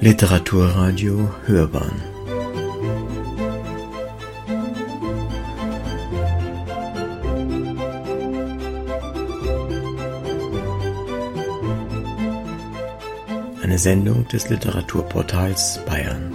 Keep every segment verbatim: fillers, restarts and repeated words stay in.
Literaturradio Hörbahn. Eine Sendung des Literaturportals Bayern.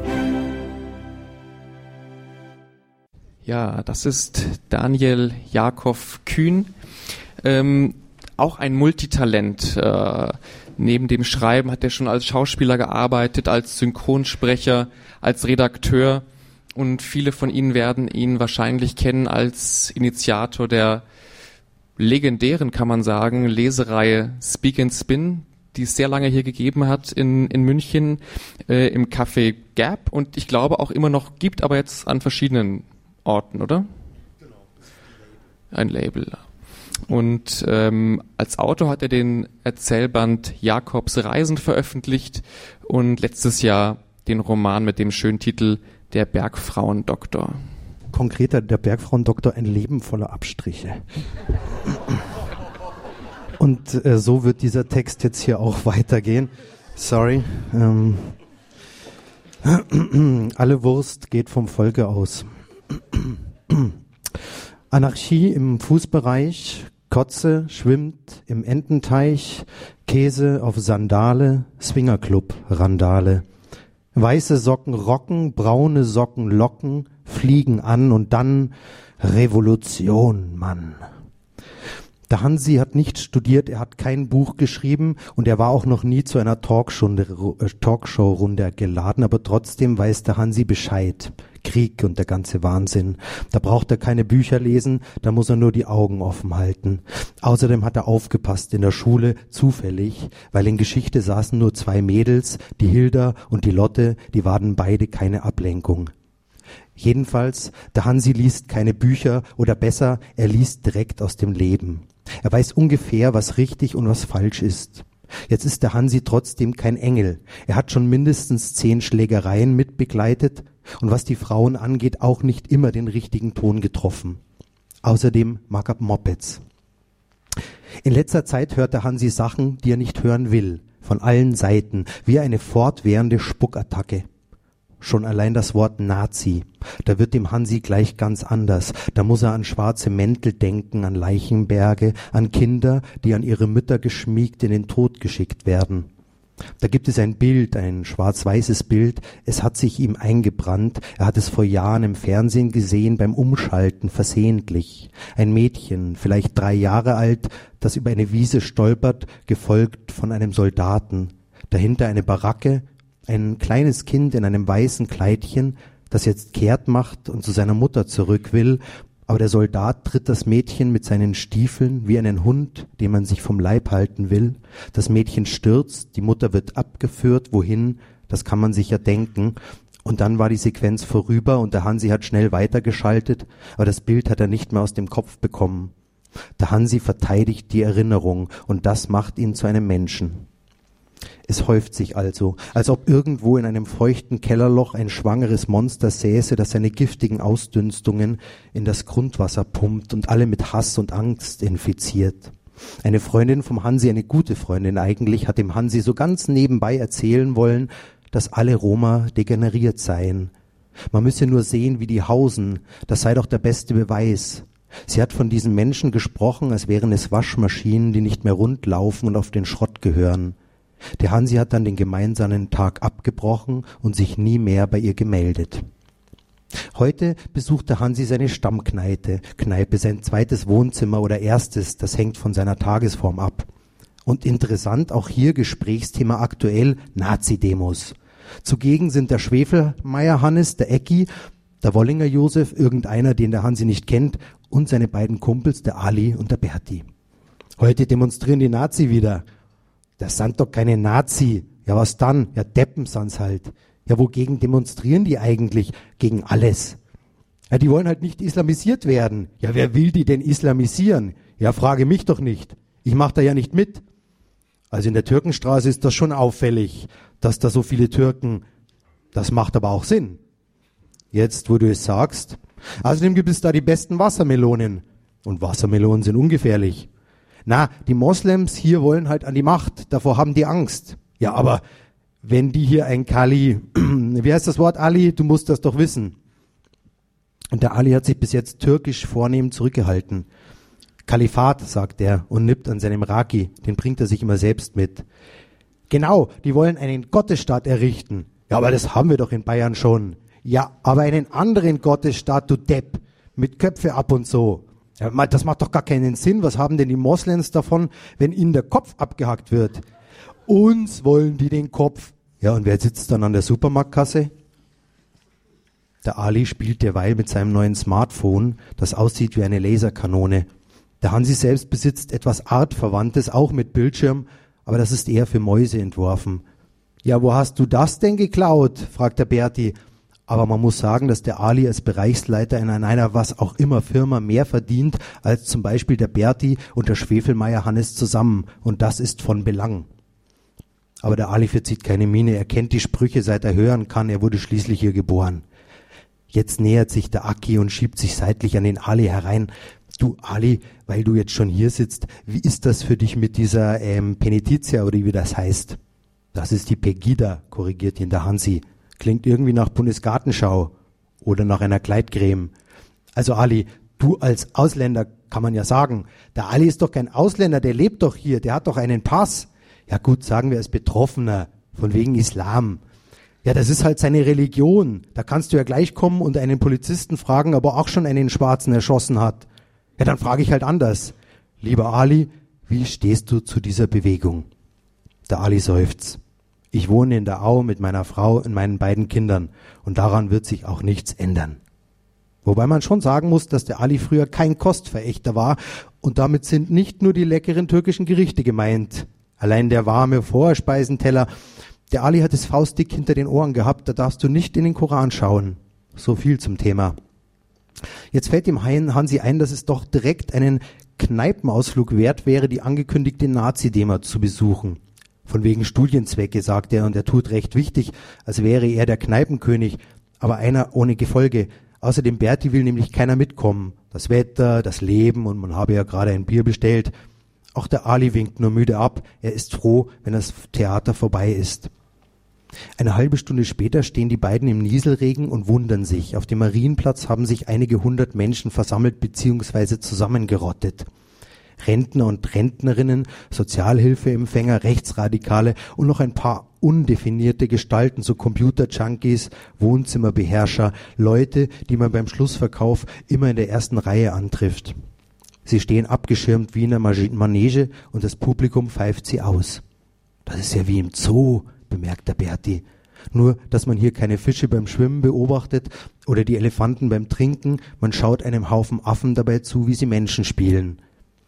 Ja, das ist Daniel Jakob Kühn, ähm, auch ein Multitalent. Äh, neben dem Schreiben hat er schon als Schauspieler gearbeitet, als Synchronsprecher, als Redakteur, und viele von Ihnen werden ihn wahrscheinlich kennen als Initiator der legendären, kann man sagen, Lesereihe Speak and Spin, die es sehr lange hier gegeben hat in, in München, äh, im Café Gap, und ich glaube auch immer noch gibt, aber jetzt an verschiedenen Orten, oder? Genau. Ein Label. Und ähm, als Autor hat er den Erzählband Jakobs Reisen veröffentlicht und letztes Jahr den Roman mit dem schönen Titel Der Bergfrauendoktor. Konkreter, der Bergfrauendoktor, ein Leben voller Abstriche. Und äh, so wird dieser Text jetzt hier auch weitergehen. Sorry. Ähm, alle Wurst geht vom Volke aus. Anarchie im Fußbereich, Kotze schwimmt im Ententeich, Käse auf Sandale, Swingerclub, Randale. Weiße Socken rocken, braune Socken locken, fliegen an und dann Revolution, Mann. Der Hansi hat nicht studiert, er hat kein Buch geschrieben und er war auch noch nie zu einer Talkshow-Runde geladen, aber trotzdem weiß der Hansi Bescheid. Krieg und der ganze Wahnsinn. Da braucht er keine Bücher lesen, da muss er nur die Augen offen halten. Außerdem hat er aufgepasst in der Schule, zufällig, weil in Geschichte saßen nur zwei Mädels, die Hilda und die Lotte, die waren beide keine Ablenkung. Jedenfalls, der Hansi liest keine Bücher, oder besser, er liest direkt aus dem Leben. Er weiß ungefähr, was richtig und was falsch ist. Jetzt ist der Hansi trotzdem kein Engel. Er hat schon mindestens zehn Schlägereien mitbegleitet und was die Frauen angeht, auch nicht immer den richtigen Ton getroffen. Außerdem mag er Mopeds. In letzter Zeit hört der Hansi Sachen, die er nicht hören will, von allen Seiten, wie eine fortwährende Spuckattacke. Schon allein das Wort Nazi, da wird dem Hansi gleich ganz anders. Da muss er an schwarze Mäntel denken, an Leichenberge, an Kinder, die an ihre Mütter geschmiegt in den Tod geschickt werden. Da gibt es ein Bild, ein schwarz-weißes Bild, es hat sich ihm eingebrannt, er hat es vor Jahren im Fernsehen gesehen, beim Umschalten versehentlich. Ein Mädchen, vielleicht drei Jahre alt, das über eine Wiese stolpert, gefolgt von einem Soldaten. Dahinter eine Baracke, ein kleines Kind in einem weißen Kleidchen, das jetzt kehrt macht und zu seiner Mutter zurück will, aber der Soldat tritt das Mädchen mit seinen Stiefeln wie einen Hund, den man sich vom Leib halten will. Das Mädchen stürzt, die Mutter wird abgeführt, wohin, das kann man sich ja denken. Und dann war die Sequenz vorüber und der Hansi hat schnell weitergeschaltet, aber das Bild hat er nicht mehr aus dem Kopf bekommen. Der Hansi verteidigt die Erinnerung und das macht ihn zu einem Menschen. Es häuft sich also, als ob irgendwo in einem feuchten Kellerloch ein schwangeres Monster säße, das seine giftigen Ausdünstungen in das Grundwasser pumpt und alle mit Hass und Angst infiziert. Eine Freundin vom Hansi, eine gute Freundin eigentlich, hat dem Hansi so ganz nebenbei erzählen wollen, dass alle Roma degeneriert seien. Man müsse nur sehen, wie die hausen, das sei doch der beste Beweis. Sie hat von diesen Menschen gesprochen, als wären es Waschmaschinen, die nicht mehr rund laufen und auf den Schrott gehören. Der Hansi hat dann den gemeinsamen Tag abgebrochen und sich nie mehr bei ihr gemeldet. Heute besucht der Hansi seine Stammkneipe, Kneipe, sein zweites Wohnzimmer oder erstes, das hängt von seiner Tagesform ab. Und interessant, auch hier Gesprächsthema aktuell, Nazi-Demos. Zugegen sind der Schwefelmeier Hannes, der Ecki, der Wollinger Josef, irgendeiner, den der Hansi nicht kennt, und seine beiden Kumpels, der Ali und der Berti. Heute demonstrieren die Nazi wieder. Das sind doch keine Nazi. Ja, was dann? Ja, Deppen sind's halt. Ja, wogegen demonstrieren die eigentlich? Gegen alles. Ja, die wollen halt nicht islamisiert werden. Ja, wer will die denn islamisieren? Ja, frage mich doch nicht. Ich mach da ja nicht mit. Also in der Türkenstraße ist das schon auffällig, dass da so viele Türken, das macht aber auch Sinn. Jetzt, wo du es sagst. Außerdem gibt es da die besten Wassermelonen. Und Wassermelonen sind ungefährlich. Na, die Moslems hier wollen halt an die Macht, davor haben die Angst. Ja, aber wenn die hier ein Kali, wie heißt das Wort, Ali? Du musst das doch wissen. Und der Ali hat sich bis jetzt türkisch vornehm zurückgehalten. Kalifat, sagt er und nippt an seinem Raki, den bringt er sich immer selbst mit. Genau, die wollen einen Gottesstaat errichten. Ja, aber das haben wir doch in Bayern schon. Ja, aber einen anderen Gottesstaat, du Depp, mit Köpfe ab und so. Ja, das macht doch gar keinen Sinn. Was haben denn die Moslems davon, wenn ihnen der Kopf abgehackt wird? Uns wollen die den Kopf. Ja, und wer sitzt dann an der Supermarktkasse? Der Ali spielt derweil mit seinem neuen Smartphone, das aussieht wie eine Laserkanone. Der Hansi selbst besitzt etwas Artverwandtes, auch mit Bildschirm, aber das ist eher für Mäuse entworfen. Ja, wo hast du das denn geklaut? Fragt der Berti. Aber man muss sagen, dass der Ali als Bereichsleiter in einer was auch immer Firma mehr verdient als zum Beispiel der Berti und der Schwefelmeier Hannes zusammen. Und das ist von Belang. Aber der Ali verzieht keine Miene. Er kennt die Sprüche, seit er hören kann. Er wurde schließlich hier geboren. Jetzt nähert sich der Aki und schiebt sich seitlich an den Ali herein. Du Ali, weil du jetzt schon hier sitzt, wie ist das für dich mit dieser ähm, Penitizia oder wie das heißt? Das ist die Pegida, korrigiert ihn der Hansi. Klingt irgendwie nach Bundesgartenschau oder nach einer Gleitcreme. Also Ali, du als Ausländer kann man ja sagen, der Ali ist doch kein Ausländer, der lebt doch hier, der hat doch einen Pass. Ja gut, sagen wir als Betroffener, von wegen Islam. Ja, das ist halt seine Religion. Da kannst du ja gleich kommen und einen Polizisten fragen, ob er auch schon einen Schwarzen erschossen hat. Ja, dann frage ich halt anders. Lieber Ali, wie stehst du zu dieser Bewegung? Der Ali seufzt. Ich wohne in der Au mit meiner Frau und meinen beiden Kindern und daran wird sich auch nichts ändern. Wobei man schon sagen muss, dass der Ali früher kein Kostverächter war und damit sind nicht nur die leckeren türkischen Gerichte gemeint. Allein der warme Vorspeisenteller. Der Ali hat es faustdick hinter den Ohren gehabt, da darfst du nicht in den Koran schauen. So viel zum Thema. Jetzt fällt dem Hansi ein, dass es doch direkt einen Kneipenausflug wert wäre, die angekündigte Nazi-Demo zu besuchen. Von wegen Studienzwecke, sagt er, und er tut recht wichtig, als wäre er der Kneipenkönig, aber einer ohne Gefolge. Außerdem Berti will nämlich keiner mitkommen. Das Wetter, das Leben und man habe ja gerade ein Bier bestellt. Auch der Ali winkt nur müde ab. Er ist froh, wenn das Theater vorbei ist. Eine halbe Stunde später stehen die beiden im Nieselregen und wundern sich. Auf dem Marienplatz haben sich einige hundert Menschen versammelt bzw. zusammengerottet. Rentner und Rentnerinnen, Sozialhilfeempfänger, Rechtsradikale und noch ein paar undefinierte Gestalten, so Computer-Junkies, Wohnzimmerbeherrscher, Leute, die man beim Schlussverkauf immer in der ersten Reihe antrifft. Sie stehen abgeschirmt wie in einer Manege und das Publikum pfeift sie aus. Das ist ja wie im Zoo, bemerkt der Berti. Nur, dass man hier keine Fische beim Schwimmen beobachtet oder die Elefanten beim Trinken, man schaut einem Haufen Affen dabei zu, wie sie Menschen spielen.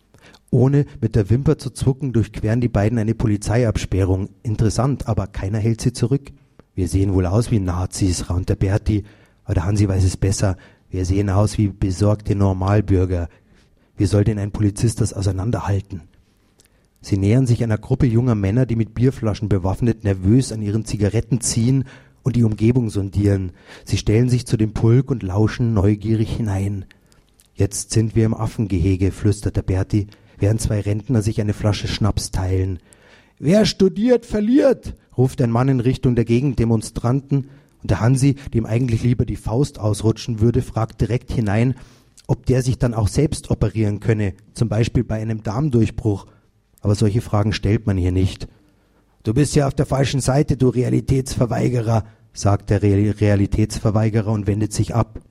Ohne mit der Wimper zu zucken, durchqueren die beiden eine Polizeiabsperrung. Interessant, aber keiner hält sie zurück. Wir sehen wohl aus wie Nazis, raunt der Berti. Aber der Hansi weiß es besser. Wir sehen aus wie besorgte Normalbürger. Wie soll denn ein Polizist das auseinanderhalten? Sie nähern sich einer Gruppe junger Männer, die mit Bierflaschen bewaffnet nervös an ihren Zigaretten ziehen und die Umgebung sondieren. Sie stellen sich zu dem Pulk und lauschen neugierig hinein. Jetzt sind wir im Affengehege, flüstert der Berti, während zwei Rentner sich eine Flasche Schnaps teilen. Wer studiert, verliert, ruft ein Mann in Richtung der Gegendemonstranten. Und der Hansi, dem eigentlich lieber die Faust ausrutschen würde, fragt direkt hinein, ob der sich dann auch selbst operieren könne, zum Beispiel bei einem Darmdurchbruch. Aber solche Fragen stellt man hier nicht. Du bist ja auf der falschen Seite, du Realitätsverweigerer, sagt der Re- Realitätsverweigerer und wendet sich ab.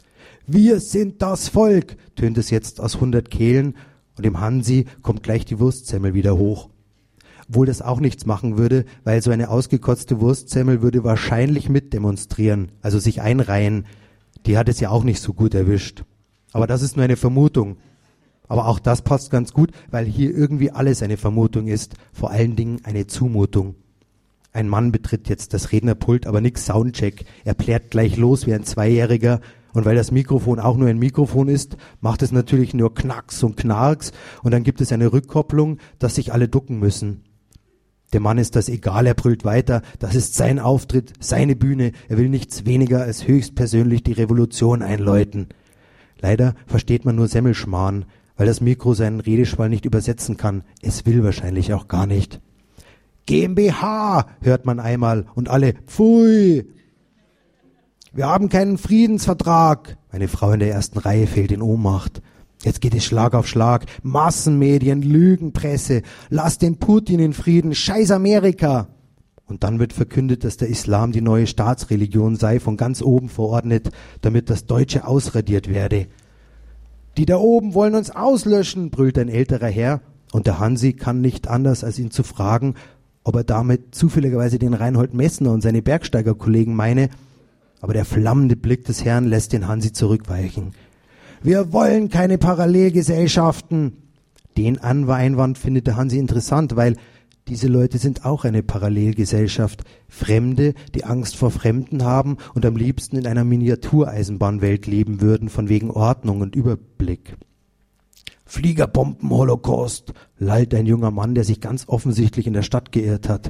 Wir sind das Volk, tönt es jetzt aus hundert Kehlen, und dem Hansi kommt gleich die Wurstsemmel wieder hoch. Obwohl das auch nichts machen würde, weil so eine ausgekotzte Wurstsemmel würde wahrscheinlich mitdemonstrieren, also sich einreihen. Die hat es ja auch nicht so gut erwischt. Aber das ist nur eine Vermutung. Aber auch das passt ganz gut, weil hier irgendwie alles eine Vermutung ist, vor allen Dingen eine Zumutung. Ein Mann betritt jetzt das Rednerpult, aber nix Soundcheck. Er plärt gleich los wie ein Zweijähriger. Und weil das Mikrofon auch nur ein Mikrofon ist, macht es natürlich nur Knacks und Knarks und dann gibt es eine Rückkopplung, dass sich alle ducken müssen. Dem Mann ist das egal, er brüllt weiter, das ist sein Auftritt, seine Bühne, er will nichts weniger als höchstpersönlich die Revolution einläuten. Leider versteht man nur Semmelschmarrn, weil das Mikro seinen Redeschwall nicht übersetzen kann, es will wahrscheinlich auch gar nicht. GmbH, hört man einmal und alle, pfui. Wir haben keinen Friedensvertrag. Eine Frau in der ersten Reihe fällt in Ohnmacht. Jetzt geht es Schlag auf Schlag. Massenmedien, Lügenpresse. Lass den Putin in Frieden. Scheiß Amerika. Und dann wird verkündet, dass der Islam die neue Staatsreligion sei, von ganz oben verordnet, damit das Deutsche ausradiert werde. Die da oben wollen uns auslöschen, brüllt ein älterer Herr. Und der Hansi kann nicht anders, als ihn zu fragen, ob er damit zufälligerweise den Reinhold Messner und seine Bergsteigerkollegen meine. Aber der flammende Blick des Herrn lässt den Hansi zurückweichen. Wir wollen keine Parallelgesellschaften. Den Einwand findet der Hansi interessant, weil diese Leute sind auch eine Parallelgesellschaft. Fremde, die Angst vor Fremden haben und am liebsten in einer Miniatureisenbahnwelt leben würden, von wegen Ordnung und Überblick. Fliegerbomben-Holocaust, lallt ein junger Mann, der sich ganz offensichtlich in der Stadt geirrt hat.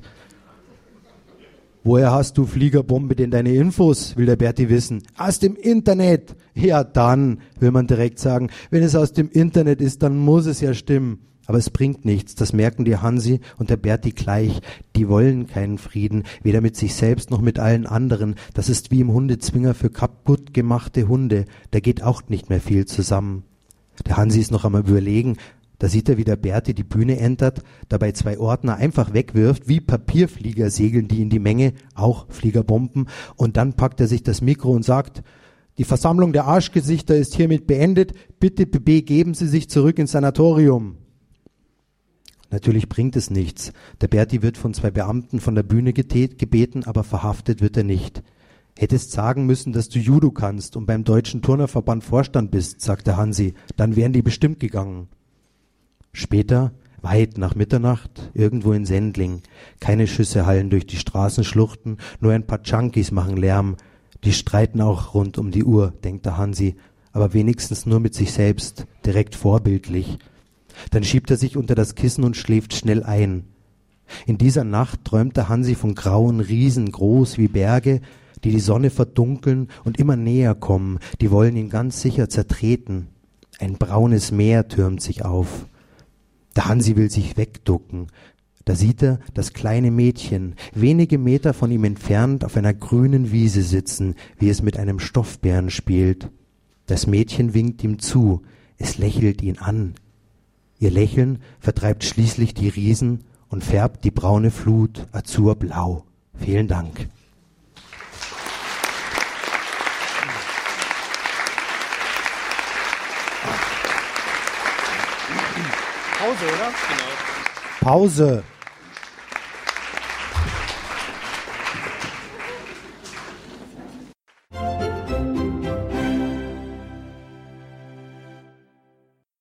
Woher hast du, Fliegerbombe, denn deine Infos, will der Berti wissen. Aus dem Internet. Ja, dann, will man direkt sagen, wenn es aus dem Internet ist, dann muss es ja stimmen. Aber es bringt nichts, das merken die Hansi und der Berti gleich. Die wollen keinen Frieden, weder mit sich selbst noch mit allen anderen. Das ist wie im Hundezwinger für kaputt gemachte Hunde. Da geht auch nicht mehr viel zusammen. Der Hansi ist noch einmal überlegen. Da sieht er, wie der Berti die Bühne entert, dabei zwei Ordner einfach wegwirft, wie Papierflieger segeln die in die Menge, auch Fliegerbomben, und dann packt er sich das Mikro und sagt, die Versammlung der Arschgesichter ist hiermit beendet, bitte begeben Sie sich zurück ins Sanatorium. Natürlich bringt es nichts. Der Berti wird von zwei Beamten von der Bühne gebeten, aber verhaftet wird er nicht. Hättest sagen müssen, dass du Judo kannst und beim Deutschen Turnerverband Vorstand bist, sagt der Hansi, dann wären die bestimmt gegangen. Später, weit nach Mitternacht, irgendwo in Sendling. Keine Schüsse hallen durch die Straßenschluchten, nur ein paar Junkies machen Lärm. Die streiten auch rund um die Uhr, denkt der Hansi, aber wenigstens nur mit sich selbst, direkt vorbildlich. Dann schiebt er sich unter das Kissen und schläft schnell ein. In dieser Nacht träumt der Hansi von grauen Riesen, groß wie Berge, die die Sonne verdunkeln und immer näher kommen, die wollen ihn ganz sicher zertreten. Ein braunes Meer türmt sich auf. Der Hansi will sich wegducken. Da sieht er das kleine Mädchen, wenige Meter von ihm entfernt, auf einer grünen Wiese sitzen, wie es mit einem Stoffbären spielt. Das Mädchen winkt ihm zu, es lächelt ihn an. Ihr Lächeln vertreibt schließlich die Riesen und färbt die braune Flut azurblau. Vielen Dank. Pause, oder? Pause.